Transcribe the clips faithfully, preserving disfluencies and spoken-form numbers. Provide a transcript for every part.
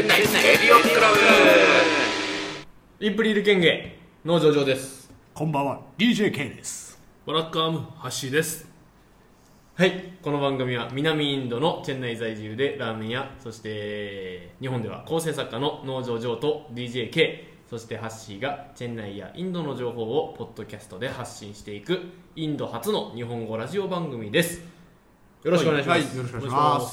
チェンナイレディオクラブ。 インプリール権限農場上です。 こんばんは ディージェーケー です。 バラッカームハッシーです。 はい、この番組は南インドのチェンナイ在住でラーメン屋、そして日本では構成作家の農場上と ディージェーケー、 そしてハッシーがチェンナイやインドの情報をポッドキャストで発信していくインド初の日本語ラジオ番組です。よろしくお願いします。 はいはい、よろしくお願いします。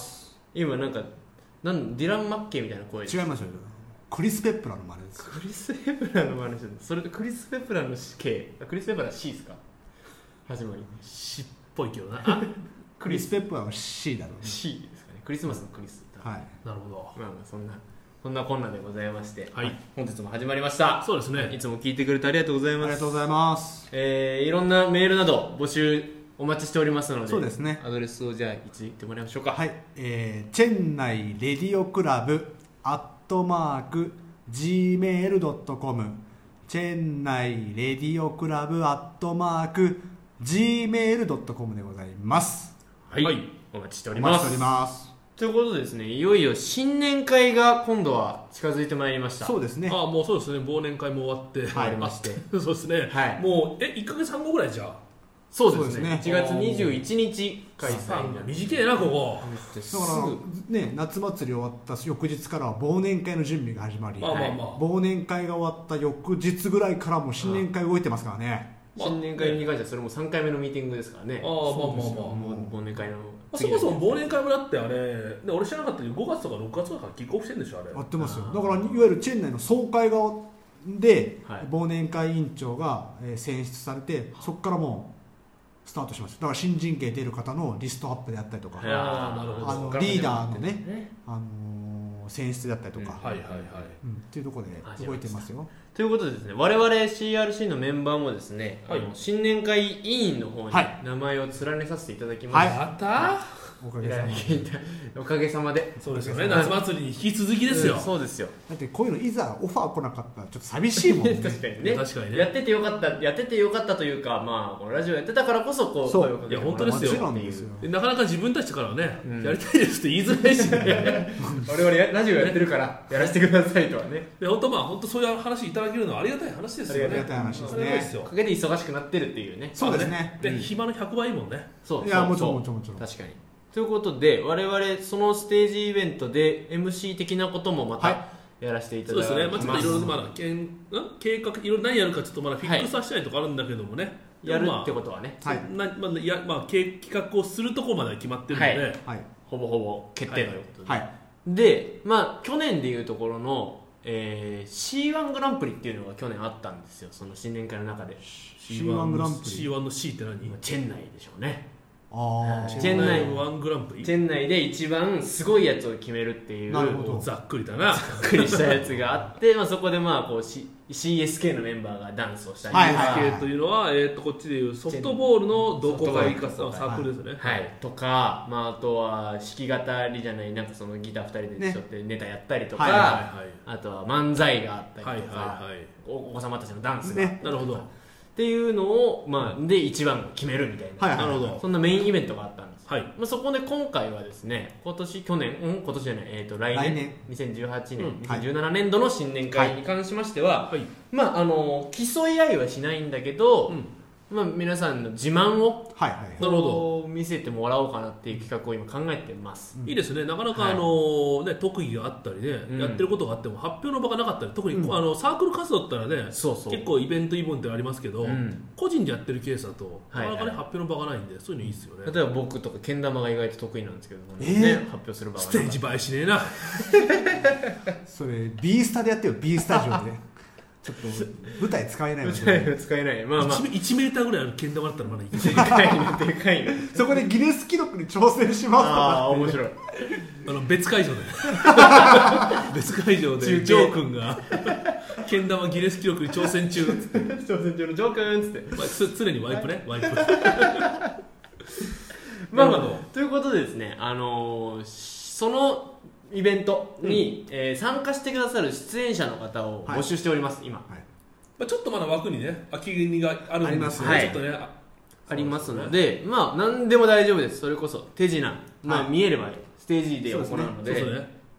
今なんかなんディラン・マッケイみたいな声。 違いますよ。クリス・ペプラの真似です。 クリス・ペプラの真似してる。それとクリス・ペプラの K、 クリス・ペプラ C ですか？始まり C っぽいけどな。 クリス・ペプラは C だろうね。 C ですかね。クリスマスのクリス。 はい。 なるほど。 まあまあそんなそんなこんなでございまして、 はい、 本日も始まりました。 そうですね。 いつも聞いてくれてありがとうございます。 ありがとうございます。 えー、いろんなメールなど募集お待ちしておりますので、 そうですね。 アドレスをじゃあ一度言ってもらいましょうか。 はい。えー、チェンナイレディオクラブアットマーク ジーメールドットコム、 チェンナイレディオクラブアットマーク ジーメールドットコム でございます。 はい、はい、お待ちしております。 お待ちしております。 ということでですね、いよいよ新年会が今度は近づいてまいりました。 そうですね。 ああ、もうそうですね。忘年会も終わって終わりまして、 そうですね、 はい、 もうえいっかげつはんごぐらいじゃあ。 そうですね、いちがつにじゅういちにち開催。 短いなここ。 だからね、夏祭り終わった翌日からは忘年会の準備が始まり、 まあまあまあ、 忘年会が終わった翌日ぐらいからも新年会動いてますからね。 新年会に関してはそれもさんかいめのミーティングですからね。 ああ、まあまあまあ、 もう忘年会のそもそも忘年会もだってあれ、ね、俺知らなかったけどごがつとかろくがつとかからキックオフしてるんでしょあれ。 やってますよ。だからいわゆるチェン内の総会がで、はい、忘年会委員長が、えー、選出されて、そこからもうスタートします。だから新人刑出る方のリストアップであったりとか、 ああのリーダーのね、あのー、選出であったりとか、 うん、はいはいはい、 うん、っていうところで動いてますよ。 ということでですね、我々 シーアールシー のメンバーもですね、はい、あの新年会委員の方に名前を連ねさせていただきました。 はい、あった、 おかげさまで。 おかげさまで。 そうですよね。夏祭りに引き続きですよ。 うん、そうですよ。 だってこういうのいざオファー来なかったらちょっと寂しいもんね。 確かにね。 確かにね。 やっててよかった、やっててよかったというか、まあこのラジオやってたからこそこう声をかけてもらって、いや本当ですよ。 ですよ。 なかなか自分たちからはね、うん、やりたいですって言いづらいしね。 我々ラジオやってるからやらせてくださいとはね。 で本当まあ本当そういう話いただけるのはありがたい話ですよね。 ありがたい話ですね。 おかげで忙しくなってるっていうね。 そうですね。 で暇のひゃくばいいいもんね。 そう。 いやもちろんもちろんもちろん。 確かに。ということで我々そのステージイベントで エムシー 的なこともまたやらせていただきます。 そうですね。まあちょっといろいろまだけん計画いろいろ何やるかちょっとまだフィックスはしてないとこあるんだけどもね。はい、 やるってことはね。 はい。なまあやまあ企画をするところまでは決まってるので、はいはい、ほぼほぼ決定ということで。 はい。 でまあ去年でいうところの、えー、シーワン グランプリっていうのが去年あったんですよ。その新年会の中で。 シーワン グランプリ。 シーワン の C って何？ チェンナイでしょうね。 あチェンナイワングランプリ、 チェンナイで一番すごいやつを決めるっていう、 なるほど、 ざっくりだな、 ざっくりしたやつがあって、まあそこでまあこう シーエスケー のメンバーがダンスをしたり、 はいはいはい、シーエスケー というのは、えー、とこっちでいうソフトボールのどこがいいかサークルですね、 はいはい、とか、まあ、あとは弾き語りじゃないなんかそのギターふたりでちょっとネタやったりとか、ねはいはいはい、あとは漫才があったりとか、はいはいはい、お子様たちのダンスが、 ね、なるほどっていうのを、まあ、で一番決めるみたいな、 はいはい、なるほど、 そんなメインイベントがあったんです、 はい、 まあ、そこで今回はですね、今年去年、うん、今年じゃない、えー、と来年、 来年にせんじゅうはちねん、 うん、 にせんじゅうななねん度の新年会に関しましては、はいはい、まああの競い合いはしないんだけど、うんまあ、皆さんの自慢を、 はいはい、 なるほど見せてもらおうかなっていう企画を今考えてます、 うん、いいですね。なかなか、はい、あのね、特技があったりね、うん、やってることがあっても発表の場がなかったり、特に、うん、あのサークル活動だったらね、そうそう結構イベントイベントありますけど、うん、個人でやってるケースだと、はいはい、なかなかね発表の場がないんで、そういうのいいですよね。 例えば僕とかけん玉が意外と得意なんですけど、ねえーね、発表する場がステージ映えしねえなそれ B スタでやってよ、 B スタジオでちょっと舞台使えないわけ舞台使えない、まあまあ、 いち, いちメーターぐらいあるけん玉だったらまだいいでかいね、でかいねそこでギネス記録に挑戦しますとか、 ああ面白いあの別会場で別会場でジョー君がけん玉ギネス記録に挑戦中っつって挑戦中のジョー君っつって、 まあ、常にワイプねワイプまあまあということでですね、あのー、そのイベントに、うんえー、参加してくださる出演者の方を募集しております、はい、今、はいまあ、ちょっとまだ枠にね空きにがあるんですよね、 はい、 ちょっとねありますので、まあ何でも大丈夫です。それこそ手品、まあ、見えればステージで行うので、 そうですね、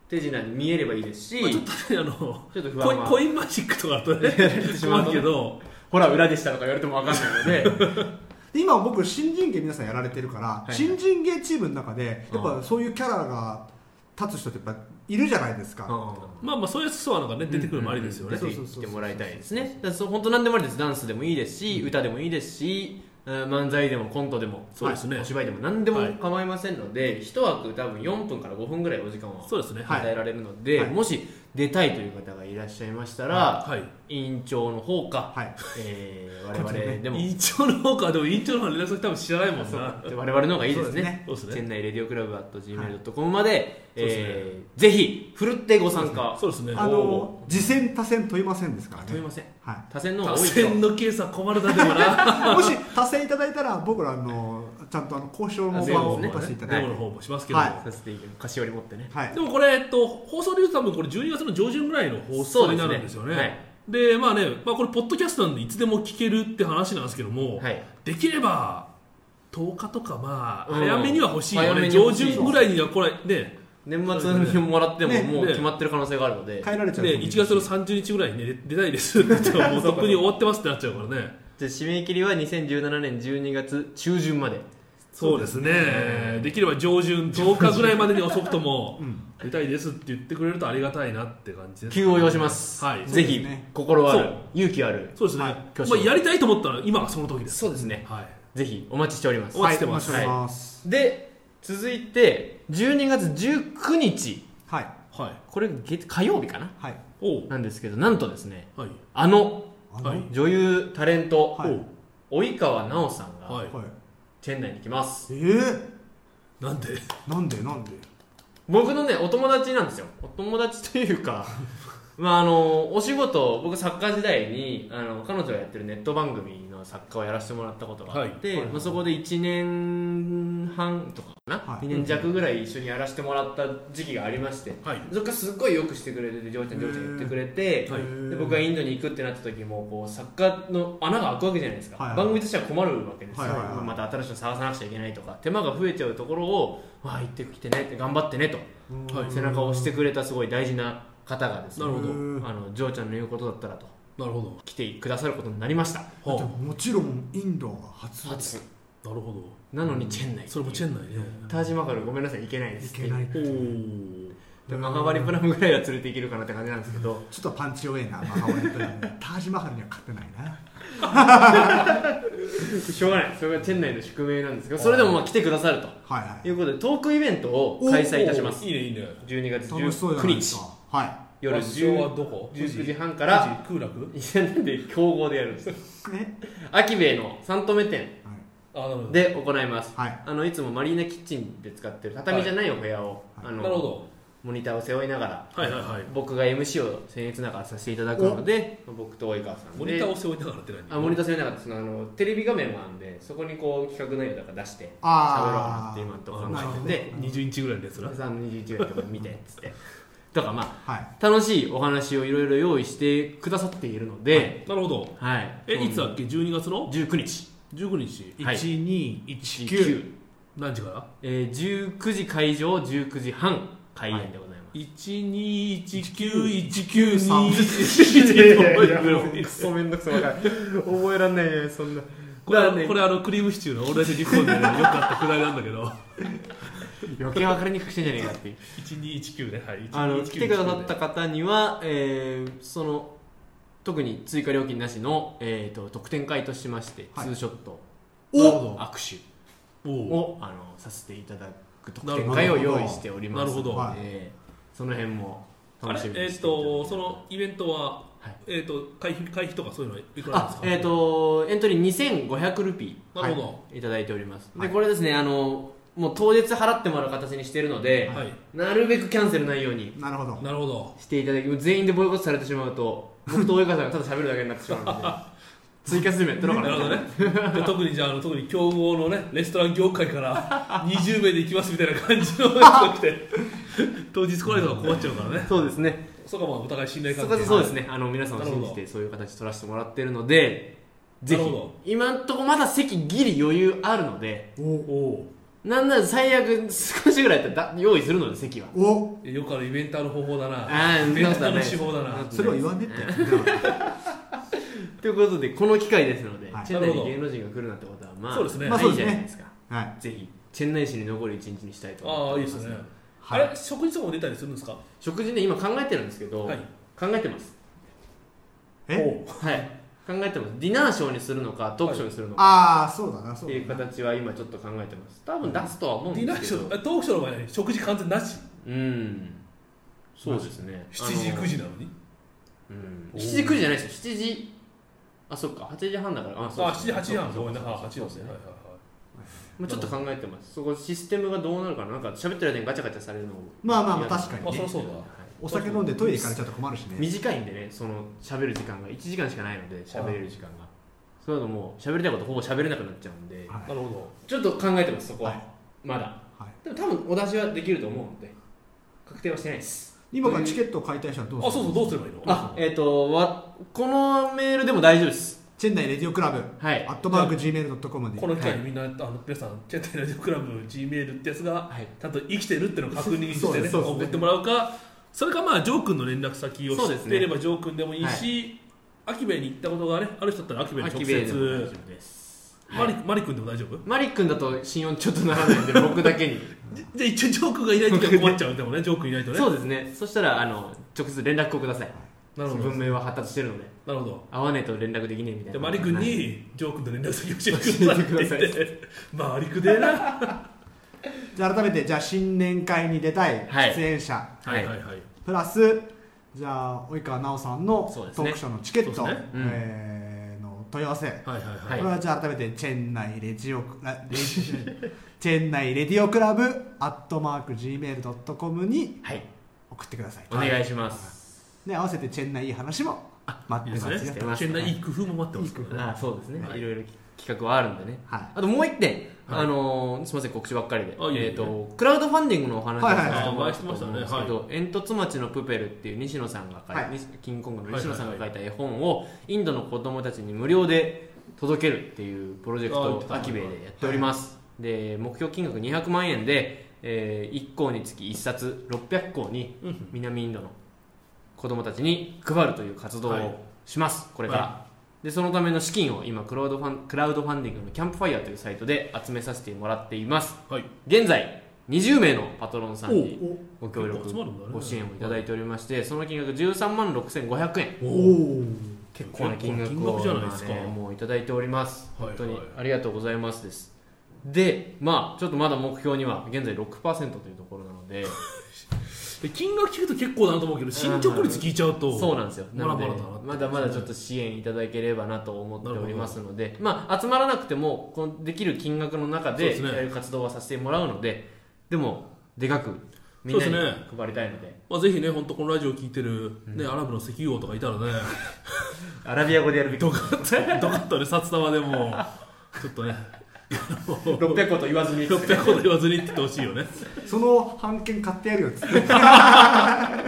手品に見えればいいですし、 まあ、ちょっとねあのちょっと不安はコインマジックとかだとね困るけど、 ほら裏でしたとか言われても分かんないので今僕新人芸皆さんやられてるから、はいはい、新人芸チームの中でやっぱそういうキャラが立つ人ってやっぱいるじゃないですか。 まあまあそういう人はなんかね出てくるのもありですよね。 出てきてもらいたいですね。だから本当何でもありです。ダンスでもいいですし、歌でもいいですし、漫才でもコントでも、そうですね、お芝居でも何でも構いませんので、はい、一枠多分よんぷんからごふんぐらいお時間は与えられるので、 はい、 もし出たいという方がいらっしゃいましたら、はい、委員長の方か、はい、えー、我々でも委員長の方か、でも委員長の方は連絡先多分知らないもんな。 我々の方がいいですね。チェンナイレディオクラブ アットジーメールドットコム まで、はい、えー、ぜひふるってご参加。 そうですね。 あの次戦他戦問いませんですからね。 問いません。 はい、 他戦の方が多いと。他戦のケースは困るだけもな。 もし他戦いただいたら僕らあのちゃんとあの交渉の場を持たせていただいて、 デモの方もしますけど、 はい、させていただいて菓子折り持ってね。 はい、 でもこれ、えっと、放送でいうと多分これじゅうにがつの上旬ぐらいの放送になるんですよね。はい、でまあね、まあ、これポッドキャストなんでいつでも聞けるって話なんですけども、はい、できればとおかとかまあ早めには欲しいよね、うん、上旬ぐらいにはこれね。 年末にもらってももう決まってる可能性があるので、 帰られちゃうでいちがつのさんじゅうにちぐらいに、ね、出たいですって言ってもうとっくに終わってますってなっちゃうからね。 じゃ締め切りはにせんじゅうななねんじゅうにがつちゅうじゅんまで。 そうですね、できれば上旬とおかぐらいまでに遅くとも出たいですって言ってくれるとありがたいなって感じです、ね、 急を要します、はい、ぜひ、ね、心ある勇気ある、 そうですね、はい、まあ、やりたいと思ったら今がその時です。 そうですね、はい、ぜひお待ちしております。 お待ちしてます、 はい、 はい、で続いてじゅうにがつじゅうくにち、 はいはい、 これ月火曜日かな、 はい、 なんですけど、なんとですね、 はい、 あの、 はい、 女優タレント、 はい、 及川奈緒さんが、 はい、 チェン内に来ます。 えー、 なんでなんでなんで僕のねお友達なんですよ。お友達というかまああのお仕事、僕サッカー時代にあの彼女がやってるネット番組の作家をやらせてもらったことがあって、はいはいはい、まあ、そこでいちねんはんとかかな、はい、にねんじゃくぐらい一緒にやらせてもらった時期がありまして、はい、そこからすっごいよくしてくれてて、ジョーちゃんジョーちゃん言ってくれて、はい、で僕がインドに行くってなった時もこう作家の穴が開くわけじゃないですか、はいはい、番組としては困るわけですよ、はいはいはい、また新しいの探さなくちゃいけないとか手間が増えちゃうところを、わあ行ってきてねって頑張ってねと、はい、背中を押してくれたすごい大事な方がですね、 なるほど、 あのジョーちゃんの言うことだったらと、 なるほど、 来てくださることになりました。 はあ、もちろんインドは初初なるほど、 なのにチェン内、 それもチェン内ね、 タージマハルごめんなさい行けないです行けないおでマハバリプラムぐらいは連れていけるかなって感じなんですけど、 ちょっとパンチ弱いなマハバリプラムタージマハルには勝ってないなしょうがない、それがチェン内の宿命なんですけど、それでもまあ来てくださると、はいはい、いうことでトークイベントを開催いたします。 いいねいいね、 じゅうにがつじゅうくにち、 はい、 夜じゅうくじはんから空楽なんで競合でやるんですか秋兵衛の三留店で行います、はい、あのいつもマリーナキッチンで使ってる畳じゃないお部屋を、はい、あのなるほど、 モニターを背負いながら、 はいはいはい、 僕が エムシー を僭越ながらさせていただくので、僕と及川さんでモニターを背負いながらって何？ あモニター背負いながらってそのあのテレビ画面があるんで、そこにこう企画内容とか出して喋ろうかなって今のところ考えてて、 にじゅうインチぐらいのやつな、 さんにじゅうインチぐらいのところ見てっつってとかまあ、 はい、 楽しいお話をいろいろ用意してくださっているので、はい、 なるほど、 はい、 えいつだっけ？じゅうにがつのじゅうくにち、 じゅうくにち、 はい、いちにいちきゅう何時から？ えー、じゅうくじ会場、じゅうくじはん開演でございます、はい、 いちにいちきゅういちきゅうにクソめんどくさい覚えらんないねそんな。 これはね、これあのクリームシチューのオールナイトニッポンで、ね、よくあったくだりなんだけど余計分かりにくくしてんじゃねえかっていういちにいちきゅうね、はい、 あの来てくださった方には、えー、その特に追加料金なしの、えー、と特典会としまして、はい、ツーショット握手をあのさせていただく特典会を用意しておりますので、 なるほど、 えー、その辺も楽しみにえー、とそのイベントは、はい、えー、と会費、会費とかそういうのはいくらですか？ あ、えー、とエントリーにせんごひゃくルピー、 なるほど、はい、 いただいております、 はい、 でこれですね、あのもう当日払ってもらう形にしているので、はい、なるべくキャンセルないようになるほどなるほどしていただき、全員でボイコットされてしまうと僕と及川さんがただ喋るだけになってしまうので追加するのやってるのかな。 なるほどねで特にじゃあ、あの特に競合のねレストラン業界からにじゅうめいで行きますみたいな感じのやつが来て当日来ないと困っちゃうからね。 そうですね、 そこはまあお互い信頼関係、 そこそうですね、あの皆さんを信じてそういう形取らせてもらっているので、ぜひ今んとこまだ席ギリ余裕あるので、 おおなんなら最悪少しぐらいやったら用意するので席は。 およくあるイベンターの方法だな。 あイベンターの手法だな。 それは言わねってやつねということでこの機会ですので、 はい、 チェンナイに芸能人が来るなんてことはまあそうですね、 ないじゃないですか、 はい、 ぜひチェンナイ市に残る一日にしたいと思います。 ああいいですね、 はい、 あれ食事とかも出たりするんですか？ 食事ね今考えてるんですけど、はい、考えてます。 えはい考えてます。ディナーショーにするのかトークショーにするのか、 はい、ああそうだなそうだなっていう形は今ちょっと考えてます。多分出すとは思うんですけど、 ディナーショートークショーの場合は食事完全なし。 うんそうですね。 しちじくじなのに、 うん、しちじくじじゃないですよ。しちじあそっかはちじはんだから、 あそう、ね、あしちじはちじはんごめんな、はちじですね。はいはいはい。 まあちょっと考えてます。そこシステムがどうなるかな。なんか喋ってる間にガチャガチャされるのもまあまあまあ確かに、ね、 あそうそうだ、はい、 お酒飲んでトイレ行かれちゃうと困るしね。 短いんでね、その喋る時間がいちじかんしかないので、喋れる時間がそういうのも喋りたいことほぼ喋れなくなっちゃうんで、 はい、なるほど。 ちょっと考えてますそこは、はい、まだ、はい、でも多分お出しはできると思うので確定はしてないです。 今からチケットを買いたい人はどうする？ あそうそうどうすればいいの？ あえっ、ー、とわこのメールでも大丈夫です。 チェンナイレディオクラブ、 はい、 アットマーク ジーメールドットコム でこの機会にみんな、はい、あの皆さんチェンナイレディオクラブ ジーメール ってやつが、はい、ちゃんと生きてるっていうのを確認してね送ってもらうか、それかまあジョー君の連絡先を知っていればジョー君でもいいし、アキベイに行ったことがある人だったらアキベイに直接マリ、はい、マリ君でも大丈夫？マリ君だと信用ちょっとならないんで僕だけにじゃあ一応ジョー君がいないと困っちゃうでもねジョー君いないとね。 そうですね。そしたらあの直接連絡をください。なるほど。文明は発達してるので。 なるほど。 会わねえと連絡できねえみたいな。 でマリ君にジョー君と連絡先教えてくださいって言ってマリ君でなじゃあ改めてじゃあ新年会に出たい出演者、 はいはいはいはい、 プラスじゃあ及川奈緒さんのトークショーのチケット、ねうんえー、の問い合わせ、はいはいはい、これはじゃあ改めてチェンナイレディオレディチェンナイレディオクラブアットマーク ジーメールドットコム に送ってください。 お願いします。 で合わせてチェンナイいい話も待ってますよ。 いいですね、チェンナイいい工夫も待ってますからね。 あそうですね、はい、いろいろ企画はあるんでね、はい、あともう一点、はい、あのー、すみません告知ばっかりで、えー、とクラウドファンディングのお話をさせてもらったと思うんですけど、煙突町のプペルっていう西野さんが書いた、はい、キングコングの西野さんが書いた絵本をインドの子供たちに無料で届けるっていうプロジェクトをアキベイでやっております。はい、で目標金額にひゃくまんえんで、えー、いっこうにつきいっさつろっぴゃくこうに南インドの子供たちに配るという活動をします、はい、これから、はい、でそのための資金を今クラウドファン、クラウドファンディングのキャンプファイヤーというサイトで集めさせてもらっています、はい、現在にじゅうめいのパトロンさんにご協力ご支援をいただいておりまして、その金額じゅうさんまんろくせんごひゃくえん、お結構な金額を今、ね、もういただいております。本当にありがとうございますです。でまあちょっとまだ目標には現在 ろくパーセント というところなので金額聞くと結構だなと思うけど進捗率聞いちゃうとそうなんですよ。なのでまだまだちょっと支援いただければなと思っておりますので、まあ集まらなくてもこのできる金額の中でやる活動はさせてもらうので、でもでかくみんなに配りたいので、で、ねまあ、ぜひね本当このラジオ聞いてる、ねうん、アラブの石油王とかいたらねアラビア語でやるべきドカッとね札束でもちょっとねろっぴゃくこと言わずにろっぴゃくこと言わずにって言ってほしいよねその版権買ってやるよっつってあ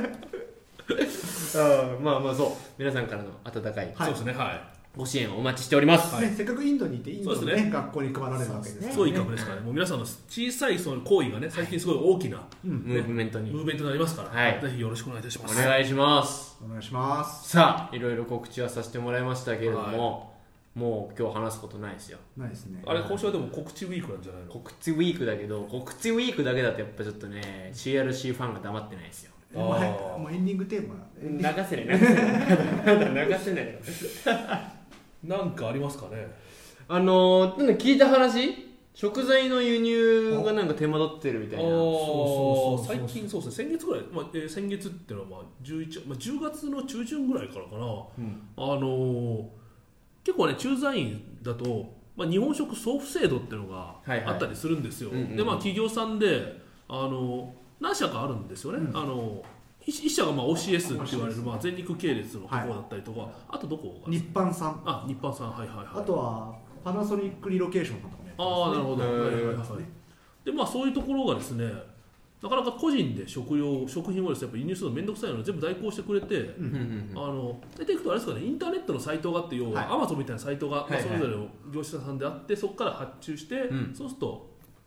まあまあそう皆さんからの温かい、 はい、そうですねはいご支援をお待ちしております、 はいね、せっかくインドにいてインドの、ねね、学校に配られるわけですね。 そういい格ですからね。もう皆さんの小さいその行為がね最近すごい大きな、はいね、 ムーブメントにムーブメントになりますから、はい、ぜひよろしくお願いいたします。 お願いします。 お願いします。 さあいろいろ告知はさせてもらいましたけれども、はい、もう今日話すことないですよ。 ないですね。 あれ今週はでも告知ウィークなんじゃないの？ 告知ウィークだけど告知ウィークだけだとやっぱちょっとね シーアールシー ファンが黙ってないですよ。 もうもうエンディングテーマ流せない流せない流せないなんかありますかね。 あのー、聞いた話、食材の輸入がなんか手間取ってるみたいな。 そうそうそう最近そうですね。先月ぐらい、まあえー、先月っていうのはまあじゅういち、まあ、じゅうがつの中旬ぐらいからかな。うん、あのー、結構ね駐在員だと、まあ、日本食送付制度っていうのがあったりするんですよ。はいはい、でまあ企業さんであのー、何社かあるんですよね。うん、あのー一社がまあ オーシーエス って言われるまあ全肉系列のところだったりとか、はい、あとどこが日販さんあ日販さんはいはいはいあとはパナソニックリロケーションとかもやってます、ね、 ああなるほど、はいはいはい、でまあそういうところがですねなかなか個人で食用食品をですねやっぱ輸入するのめんどくさいので全部代行してくれて、うんうんうん、あの出ていくとあれですかねインターネットのサイトがあって要はアマゾンみたいなサイトが、はいまあ、それぞれの業者さんであってそこから発注して、うん、そうすると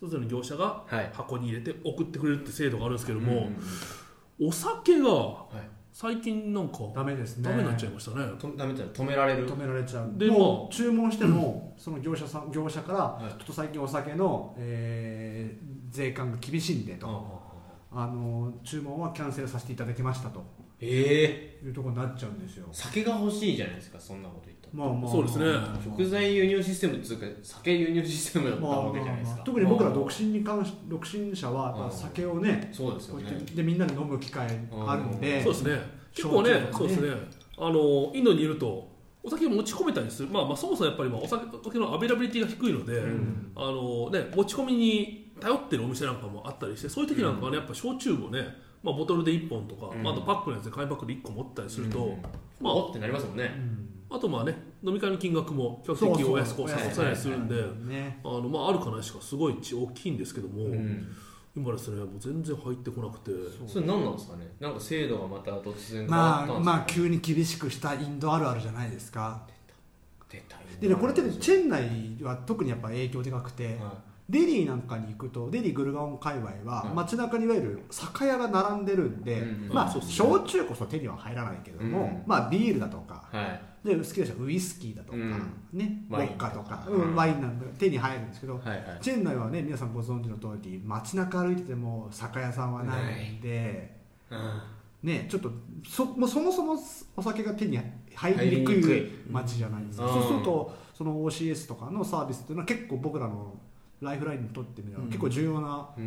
それぞれの業者が箱に入れて送ってくれるって制度があるんですけども、 うんうんうん、お酒が最近なんかダメですね。 ダメになっちゃいましたね。 ダメって止められる。 止められちゃう。 でもう注文しても、うん、その業者さん業者から、はい、ちょっと最近お酒の、えー、税関が厳しいんでと、ああの注文はキャンセルさせていただきましたと。えー、いうところになっちゃうんですよ。 酒が欲しいじゃないですか、そんなこと言ったら。 まあまあ、そうですね。 食材輸入システムっていうか酒輸入システムだったわけじゃないですか。まあまあまあ、 特に僕ら独身に関し独身者はやっぱ酒をね、 そうですよね。 でみんなで飲む機会あるんで、 そうですね。結構ね、そうですね。あのインドにいるとお酒を持ち込めたりする。まあまあそもそもやっぱりまあお酒のアベラビリティが低いので、うん、あのね持ち込みに頼ってるお店なんかもあったりして、そういう時なんかはねやっぱ焼酎もね。まあ、ボトルでいっぽんとか、うんまあ、あとパックのやつで紙パックでいっこ持ったりすると、うんまあ、おってなりますもんね、 うん、あとまあね飲み会の金額も比較的お安く抑えたりするんで、あのまああるかないしかすごい大きいんですけども、うん、今ですねもう全然入ってこなくて。 それ何なんですかね。なんか制度がまた突然変わったんですか、ね、まあ、 まあ急に厳しくしたインドあるあるじゃないですか。 出た出たで、ね、これってチェン内は特にやっぱ影響でかくて、はい、デリーなんかに行くとデリーグルガオン界隈は街中にいわゆる酒屋が並んでるんで、うん、まあ、うん、焼酎こそ手には入らないけども、うん、まあビールだとか、はい、で好きな人はウイスキーだとか、うん、ね、ウォッカとか、うん、ワインなんか手に入るんですけど、はいはい、チェン内はね皆さんご存知の通り街中歩いてても酒屋さんはないんで、うんね、ちょっと そ, もうそもそもお酒が手に入りにくい街じゃないですか、うん、そうするとその オーシーエス とかのサービスっていうのは結構僕らのライフラインにとってみれば結構重要な、 うん、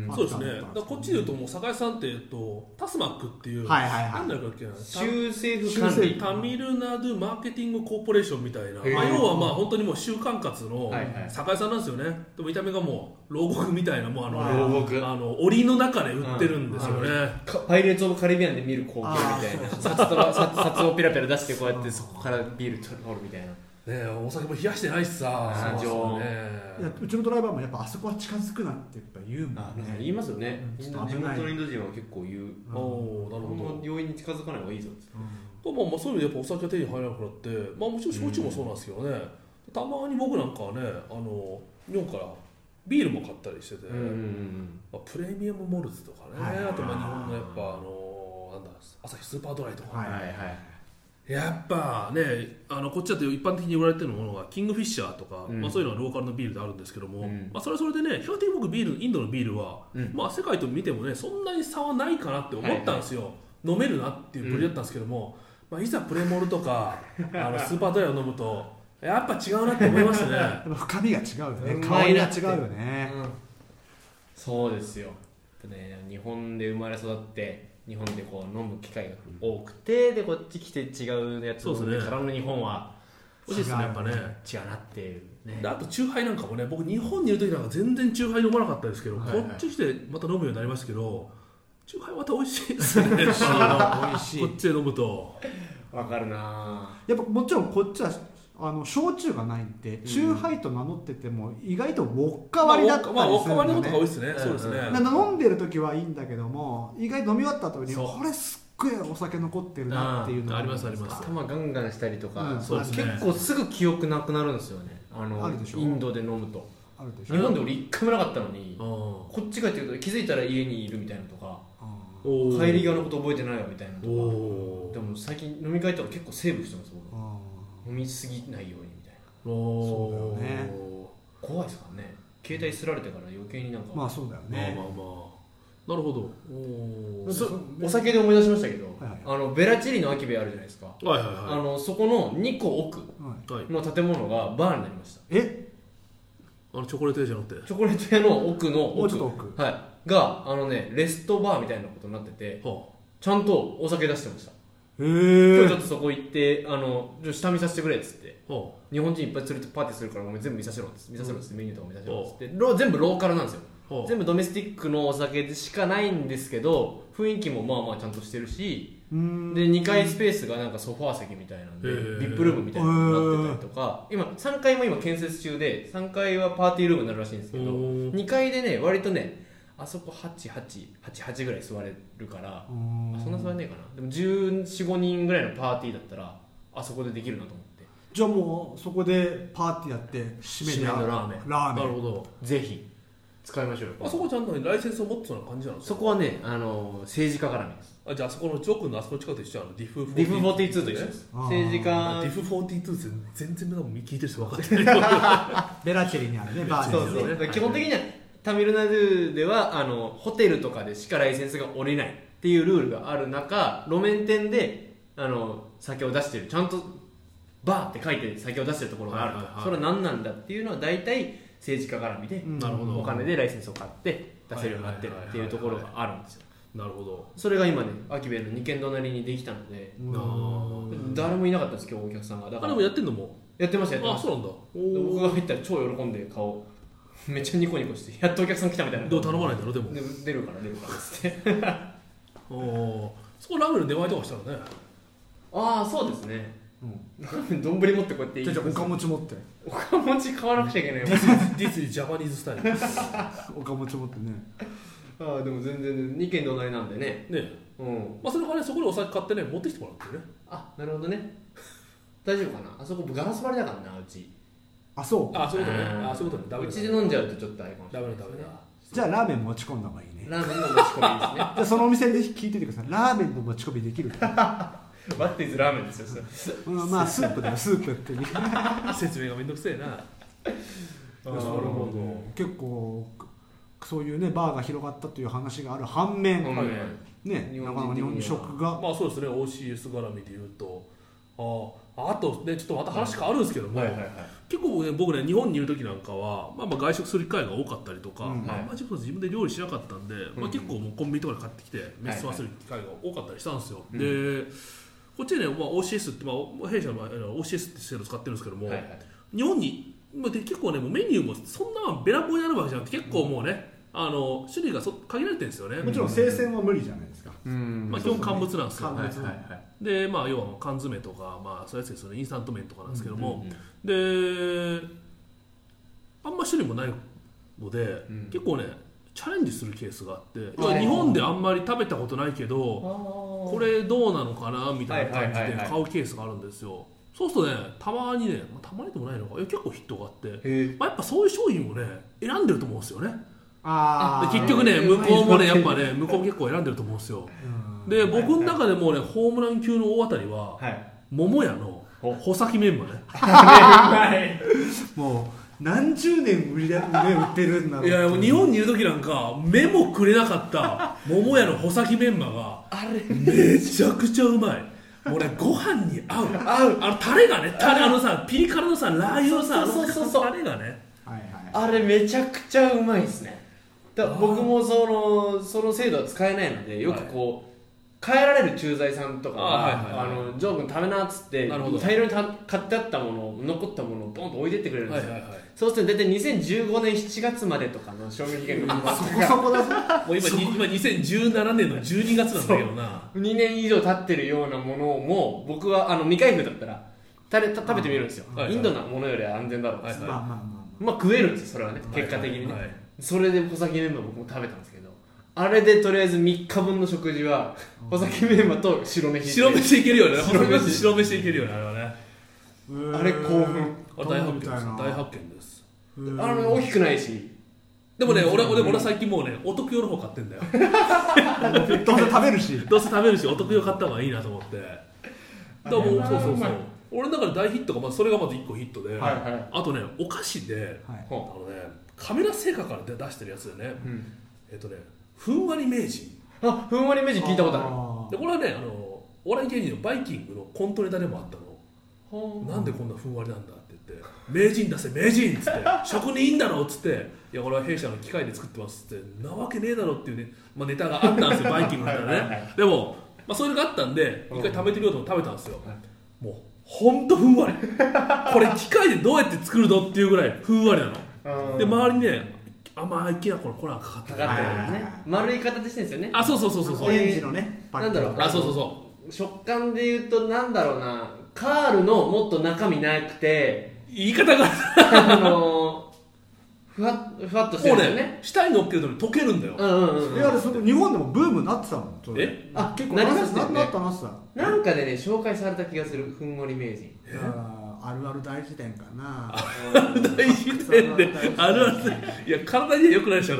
そうですね。だからこっちでいうともう酒屋さんっていうとタスマックっていう、 はいはいはい、 何だっけな、 州政府管理タミルナドゥマーケティングコーポレーションみたいな、まあ、要はまあ本当にもう習慣活の酒屋さんなんですよね、はいはい、でも見た目がもう牢獄みたいなもうあのあの檻の中で売ってるんですよね、 うん、パイレーツ・オブ・カリビアンで見る光景みたいな札と札をピラピラ出してこうやってそこからビール取るみたいなね、お酒も冷やしてないしさ、 そうね、いやうちのドライバーもやっぱあそこは近づくなってやっぱ言うもんね。 言いますよね、うん、地元のインド人は結構言う、 うん、おなるほど、 容易に近づかない方がいいぞって、 うん、まあ、まあそういう意味でやっぱお酒が手に入らなくなって、まあ、もちろん焼酎もそうなんですけどね、うん、たまに僕なんかはねあの日本からビールも買ったりしてて、うんうんうん、まあ、プレミアムモルツとかね、はい、あとまあ日本のやっぱあのなんだアサヒスーパードライとか、はいはいはい、やっぱねあのこっちだと一般的に売られてるものがキングフィッシャーとか、うん、まあ、そういうのはローカルのビールであるんですけども、うん、まあ、それはそれでね比較的僕ビールインドのビールは、うん、まあ、世界と見てもねそんなに差はないかなって思ったんですよ、はいはい、飲めるなっていうぶりだったんですけども、うん、まあ、いざプレモルとかあのスーパードライを飲むとやっぱ違うなって思いますね深みが違うよね、香りが違うよね、うん、 そうですよ、ね、日本で生まれ育って日本でこう飲む機会が多くてでこっち来て違うやつを飲んでからの日本は美味しいですね、やっぱね、 違うなっていうね。 であとチューハイなんかもね僕日本にいる時なんか全然チューハイ飲まなかったですけど、はいはい、こっち来てまた飲むようになりましたけどチューハイまた美味しいですね美味しいこっちで飲むとわかるな。 やっぱもちろんこっちはあの焼酎がないんで、うん、チューハイと名乗ってても意外とウォッカ割りだったりするんだね、まあ、ウォッカ割りのことが多いですね、うん、そうですね。飲んでる時はいいんだけども意外と飲み終わった後にこれすっごいお酒残ってるなっていうのがあ, ありますあります。 頭ガンガンしたりとか、うん、 そうですね、 結構すぐ記憶なくなるんですよね。あのあるでしょ、 インドで飲むとあるでしょ。 日本で俺一回もなかったのにこっち帰ってくると気づいたら家にいるみたいなとか帰り際のこと覚えてないわみたいなとか。でも最近飲み会とか結構セーブしてます僕。飲みすぎないようにみたいな。 そうだよね。 怖いですからね。携帯すられてから余計になんか。 まあそうだよね。 まあまあまあ。なるほど。 お, お酒で思い出しましたけど、はいはい、あのベラチリのアキベあるじゃないですか、 はいはいはい、 あのそこのにこ奥の建物がバーになりました。 えあのチョコレート屋じゃなくてチョコレート屋の奥の奥、 もうちょっと奥、 はい、があのねレストバーみたいなことになってて、はあ、ちゃんとお酒出してました。 へー。 今日ちょっとそこ行ってあの下見させてくれっつって、はあ、日本人いっぱい連れてパーティーするからお前全部見させろっつって見させろっつって、メニューとか見させろっつって、はあ、全部ローカルなんですよ。全部ドメスティックのお酒でしかないんですけど雰囲気もまあまあちゃんとしてるし、でにかいスペースがなんかソファー席みたいなんで ブイアイピー ルームみたいなのになってたりとか、今さんがいも今建設中でさんがいはパーティールームになるらしいんですけどにかいでね割とねあそこはち、はち、はち、はちぐらい座れるから、あそんな座れねえかな。でもじゅうよん、ごにんぐらいのパーティーだったらあそこでできるなと思って。 じゃあもうそこでパーティーやって締めて締めのラーメンラーメンなるほど。 ぜひ使いましょうよ。 あそこちゃんとライセンスを持ってそうな感じなんですか。 そこはね、あの政治家絡みです。 あじゃああそこのジョー君のあそこの近くと一緒なの。ディフディフフォーティーツーと一緒です。政治家ディフフォーティーツーって全然多分聞いてる人分かってないベラチェリにあるねバーそうそうね。基本的にはタミルナドゥではあのホテルとかでしかライセンスが下りないっていうルールがある中、路面店であの酒を出してる、ちゃんとバーって書いて酒を出してるところがあると、はいはいはい、それは何なんだっていうのは大体政治家絡みで、うん、なるほど、お金でライセンスを買って出せるようになってるっていうところがあるんですよ。 なるほど。 それが今ね、アキベのに軒隣にできたので、誰もいなかったです今日お客さんが。だからあでもやってんのもやってましたやってました。 あそうなんだ。 僕が入ったら超喜んで顔めっちゃニコニコして、やっとお客さん来たみたいな。 どう頼まないんだろうでも。 で出るから出るからっつって。 おそこラーメンの出前とかしたらね。 ああそうですね。うん、丼持ってこうやっていい。 じゃあおかもち持って。 おかもち買わなくちゃいけない。 ディスジャパニーズスタイル。 おかもち持ってね。 ああでも全然に軒隣なんでね。 ね。うん。まあそれからねそこでお酒買ってね持ってきてもらってね。 あなるほどね。大丈夫かな。あそこガラス張りだからなうち。 あそう。 あそういうことね。あそういうことね。ダメだ。 うちで飲んじゃうとちょっとあれかもしれない。 ダメだダメだ。 じゃあラーメン持ち込んだ方がいいね。 ラーメンの持ち込みですね。じゃあそのお店で聞いててください。ラーメンの持ち込みできる。 ワッティズラーメンですよ。 うん、まあスープだよスープって説明がめんどくせえな。なるほど。 結構そういうねバーが広がったという話がある反面、はい、ねなかなか日本食がまあそうですね オーシーエス 絡みで言うとああとねちょっとまた話変わるんですけども、はいはいはいはい、結構ね僕ね日本にいる時なんかは、まあ、まあ外食する機会が多かったりとか、うんまあ、まあ自分で料理しなかったんで、うんまあ、結構もうコンビニとかで買ってきてメスワする機会が多かったりしたんですよ、はいはい、でこっちでね、まあ、オーシーエス って、まあ、弊社の オーシーエス って制度使ってるんですけども、はいはい、日本にで結構ねもうメニューもそんなべらぼうにあるわけじゃなくて結構もうねあの種類がそ限られてるんですよね。 もちろん生鮮は無理じゃないですか。 うんまあ、基本乾物なんですよ。 乾物、はいはいはい、でまあ要は缶詰とかまあそういうやつですよねインスタント麺とかなんですけども、うんうんうん、であんま種類もないので、うん、結構ねチャレンジするケースがあって、うん、日本であんまり食べたことないけどこれどうなのかなみたいな感じで買うケースがあるんですよ。そうするとねたまにね、まあ、たまにでもないのか結構ヒットがあって、まあ、やっぱそういう商品をね選んでると思うんですよね。あで結局ね向こうもねやっぱね向こうも結構選んでると思うんですよ。で僕の中でもねホームラン級の大当たりは、はい、桃屋の穂先メンマねもう何十年売りで、ね、売ってるんだろう。 いやもう日本にいる時なんか目もくれなかった桃屋の穂先メンマがあれめちゃくちゃうまい。もうねご飯に合う合うあのタレがねタレあのさピリ辛のさラー油のさそうそうそうタレがね、 はいはい、あれめちゃくちゃうまいですね。だ僕もそのその制度は使えないのでよくこう、はい、変えられる駐在さんとかが「ジョー君食べな」っつって大量に買ってあったもの残ったものをボンと置いてってくれるんですよ、はいはいはい、そうすると大体にせんじゅうごねんしちがつまでとかの賞味期限がそこそこだぞもう 今, 今にせんじゅうななねんのじゅうにがつなんだけどなにねん以上経ってるようなものも僕はあの未開封だったらたれた食べてみるんですよ、はいはい、インドのものよりは安全だろうって、はいはい、まあまあまあまあ食えるんですよそれはね結果的にね、はいはいはい、それで穂先メンマ僕も食べたんですけどあれでとりあえずみっかぶんの食事は穂先メンマと白飯白飯いけるよね白飯白飯いけるよねあれはねあれ興奮あれ大発見です大発見ですあの大きくないしでもね俺俺俺最近もうねお得用の方買ってんだよどうせ食べるしどうせ食べるしお得用買った方がいいなと思ってだからもうそうそうそう俺の中で大ヒットがまずそれがまずいっこヒットで、はいはい、あとねお菓子で、はい、あのねカメラ製菓から出してるやつでね、うん、えっとねふんわり名人あふんわり名人聞いたことあるでこれはねあのお笑い芸人のバイキングのコントネタでもあったのなんでこんなふんわりなんだって言って名人出せ名人っつって職人いいんだろっつっていや俺は弊社の機械で作ってますってなわけねえだろっていうね、まあ、ネタがあったんですよバイキングのネタねはいはい、はい、でも、まあ、そういうのがあったんで一回食べてみようと思って食べたんですよ、はい、もうほんとふんわりこれ機械でどうやって作るのっていうぐらいふんわりなので周りにね甘いきな粉の粉がかかってる、 ね、丸い形してるんですよねあそうそうそうそうオレンジのねなんだろうあそうそうそう食感で言うとなんだろうなカールのもっと中身なくて言い方があのふわふわっとしてるんですよねね下に乗っけると溶けるんだよ、 うんうんうん、 いやその日本でもブームになってたのえあ結構なりましたよねなったなったなんかでね紹介された気がするふんわり名人ああるある大辞典かな。 大辞典であるあるいや体には良くないでしょ。い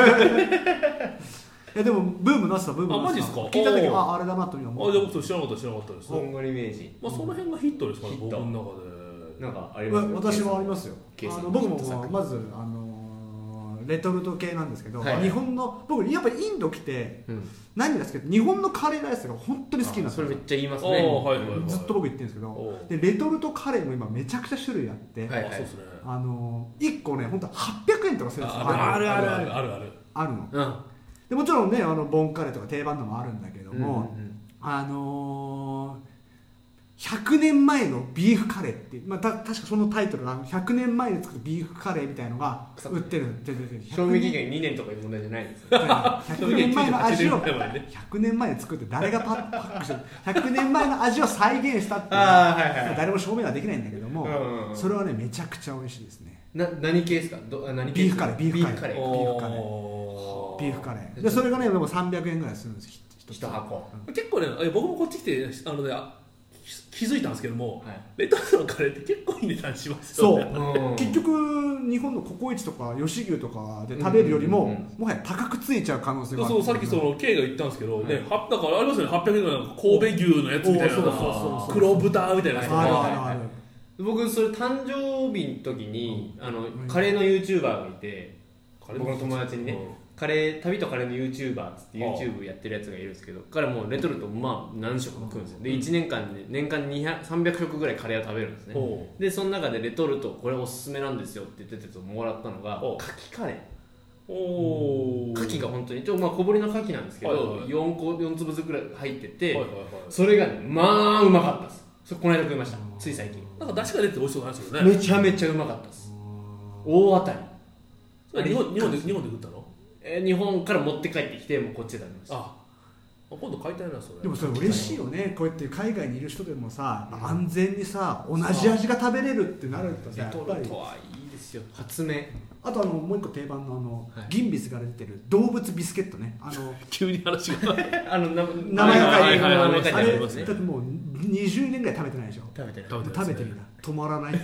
やでもブームなさブームなさ。 あマジですか。 聞いた時ああれだなというのは。 あじゃあ僕知らなかった知らなかったです。 モンゴル名人。 まあその辺がヒットですから、僕の中で。 なんかあります。 私もありますよ。あの僕もまずあの。レトルト系なんですけど、はい、日本の僕やっぱりインド来て、うん、何が好きか日本のカレーライスが本当に好きなんですよ。 それめっちゃ言いますね、 はいはいはい、ずっと僕言ってるんですけど、でレトルトカレーも今めちゃくちゃ種類あって、はいはい、あのいっこね本当はっぴゃくえんとかするんですよ。 あるあるあるあるあるあるの、うん、でもちろんねあのボンカレーとか定番のもあるんだけども、うんうんうん、あのーひゃくねんまえのビーフカレーって、まあ、た確かそのタイトルがひゃくねんまえに作るビーフカレーみたいなのが売ってる。 賞味期限にねんとかいう問題じゃないんですよ。ひゃくねんまえの味をひゃくねんまえに作って誰がパッパックしてるひゃくねんまえの味を再現したっていう、はいはい、誰も証明はできないんだけども、うんうん、それはねめちゃくちゃ美味しいですね。な何系ですか。ど何系ビーフカレービーフカレービーフカレービーフカレーでそれがねでもさんびゃくえんぐらいするんです一箱、 うん、結構ね僕もこっち来てあのね気づいたんですけども、はい、レトルトのカレーって結構いい値段しますよね。 そう、結局日本のココイチとか吉牛とかで食べるよりも、うんうんうん、もはや高くついちゃう可能性がある。 そうそうさっきその K が言ったんですけど、はい、ね、はだからありますよねはっぴゃくえんぐらいの神戸牛のやつみたいな黒豚みたいなやつとか、あるあるある。 僕それ誕生日の時に、うん、あのカレーの YouTuber がいて、僕の友達にね、うん、カレー旅とカレーの YouTuber っつって YouTube やってるやつがいるんですけど、彼もレトルトまあ何食も食うんですよ。でいちねんかんで年間にひゃく、さんびゃくしょくぐらいカレーを食べるんですね。でその中でレトルトこれおすすめなんですよって言ってたやつをもらったのがカキカレー。おカキが本当にちょ、まあ、小ぶりのカキなんですけど、はいはい、よんこよんつぶずくらい入ってて、はいはいはい、それが、ね、まあうまかったです。それこの間食いました。つい最近なんか出汁が出て美味しそうなんですよね。 めちゃめちゃうまかったです。大当たり。 それ日本、日本で日本で食ったの？ えー、日本から持って帰ってきてもうこっちで食べました。 あ今度買いたいなそれ。 でもそれ嬉しいよね。こうやって海外にいる人でもさ、うん、安全にさ同じ味が食べれるってなるとさ、 レトルトはいいですよ。発明。 あとあのもう一個定番のあの、はい、ギンビスが出てる動物ビスケットね。あの急に話があの名前が書いてある。 あれだってもうにじゅうねんぐらい食べてないでしょ。 食べてない。 食べてるな。止まらない。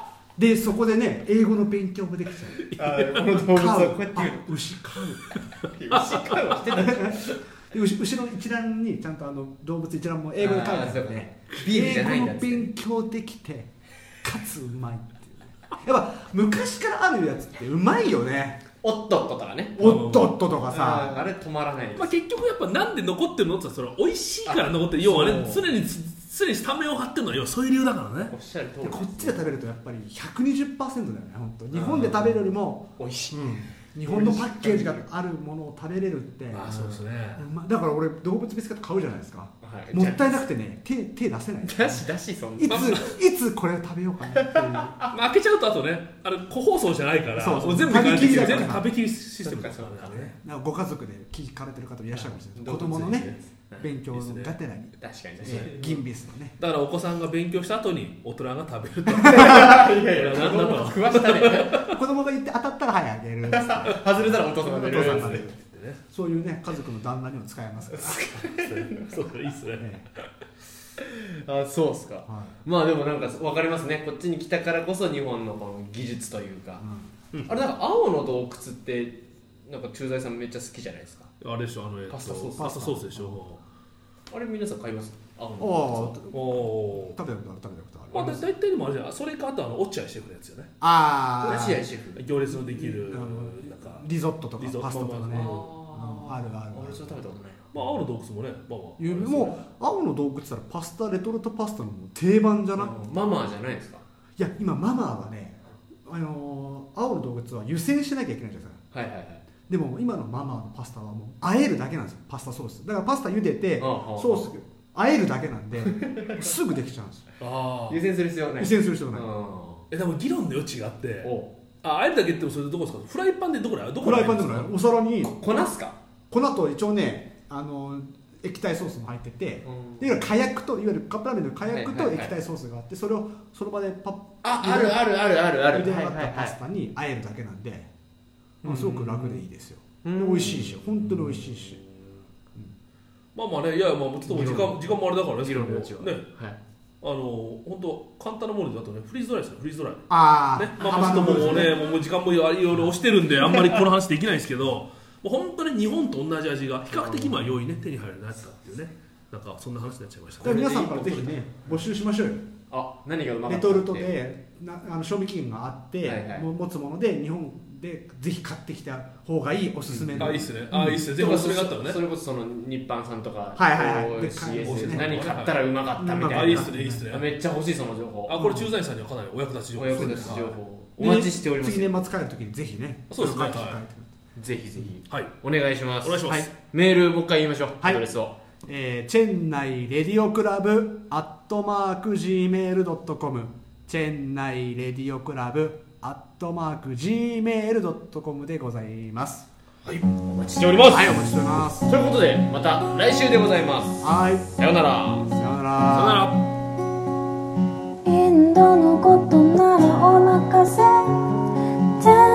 でそこでね英語の勉強もできちゃう。 あこの動物はこうやって言う。 牛飼う。 牛飼うはしてたで後ろの一覧にちゃんとあの動物一覧も英語で書いてあるんで、 ビーフじゃないんだって。 英語の勉強できてかつうまいっていうね。やっぱ昔からあるやつってうまいよね。 おっとっととかね。 おっとっととかさ、 あれ止まらないです。 まあ結局やっぱなんで残ってるのって言ったらそれ美味しいから残ってる。要はね常に常にスタメンを張ってるのは要はそういう理由だからね。 おっしゃる通り。 こっちで食べるとやっぱり ひゃくにじゅっパーセント だよね。本当日本で食べるよりも美味しい、 うん、日本のパッケージがあるものを食べれるって。 あそうですね、 まあ、だから俺動物ビスケット買うじゃないですか、はい、もったいなくてね 手, 手出せない。 だしだしそんないついつこれ食べようかなっていう。 まあ、開けちゃうとあとねあれ個包装じゃないからそうそう全部食べきり全部食べきりシステムですからね。 なんかご家族で聞かれてる方いらっしゃるかもしれない。子供のね勉強のがてらに確かにギンビスのね。 だからお子さんが勉強した後に大人が食べると。いやいや何だろう食わしたね。 子供が言って当たったらはいあげる。 外れたらお父さんが出る。 そういうね家族の旦那にも使えますから。 そういいっすね。 あそうっすか、はい、まあでもなんか分かりますね。こっちに来たからこそ日本のこの技術というか、うん、あれなんか青の洞窟ってなんか駐在さんめっちゃ好きじゃないですか。 あれでしょあの、えっと、パスタソースパスタソースでしょ。 あれ皆さん買います？青の洞窟。お食べたことある食べたことある。 まあ大体でもあれじゃん。それかあとあの落合シェフのやつよね。 ああ落合シェフ行列のできる、 なんかリゾットとかパスタとかね。あるある。 俺それ食べたことない。 まあ青の洞窟もね、まあもう青の洞窟ったらパスタレトルトパスタの定番じゃない？ ママじゃないですか。 いや今ママはね、あのー、青の洞窟は湯煎しなきゃいけないじゃないですか。 はいはいはい。でも今のママのパスタはもう和えるだけなんですよ。パスタソースだからパスタ茹でてソース和えるだけなんですぐできちゃうんですよ。 あ湯煎する必要ない。 湯煎する必要ない。 えでも議論の余地があって、あ和えるだけってもそれどこですか？フライパンでどこらどこフライパンでもない。お皿に粉っすか？ 粉と一応ねあの液体ソースも入ってて、いわゆる火薬といわゆるカップラーメンの火薬と液体ソースがあって、それをその場でパッああるあるあるあるある茹で上がったパスタに和えるだけなんで、まあすごく楽でいいですよ。美味しいし本当に美味しいし。 まあまあねいやまあちょっと時間時間もあれだからね。 議論の余地はね。 あの本当簡単なものだとねフリーズドライですよフリーズドライああ、 ね、まあ、ちょっともうねもう時間もいろいろ押してるんであんまりこの話できないですけどもう本当に日本と同じ味が比較的まあ容易ね手に入るようになったっていうねなんかそんな話になっちゃいましたね。 皆さんからぜひね募集しましょうよ。 あ、何がうまかったレトルトでなあの賞味期限があって、はいはい、も持つもので日本でぜひ買ってきた方がいいおすすめの、 うん、あいいっすね、あいいっすね、ぜひおすすめがあったらねそれこそその日版さんとかはいはいはいシーエス で何買ったらうまかったみたいな、 あいいっすねいいっすね、 めっちゃ欲しいその情報。 あこれ駐在員さんにはかなりお役立ち情報、 お役立ち情報お待ちしております。 次年末帰るときにぜひねそうですね、はい、 ぜひぜひ、 はい、 お願いします。 お願いします、 はい、メールもう一回言いましょう、はい、アドレスを、 えー、チェンナイレディオクラブアットマーク ジーメールドットコム チェンナイレディオクラブアットマーク ジーメールドットコム でございます。 はい、お待ちしております。 はい、お待ちしております。 ということでまた来週でございます。 はい、 さようなら。 さようなら。 さようなら。 インドのことならお任せ。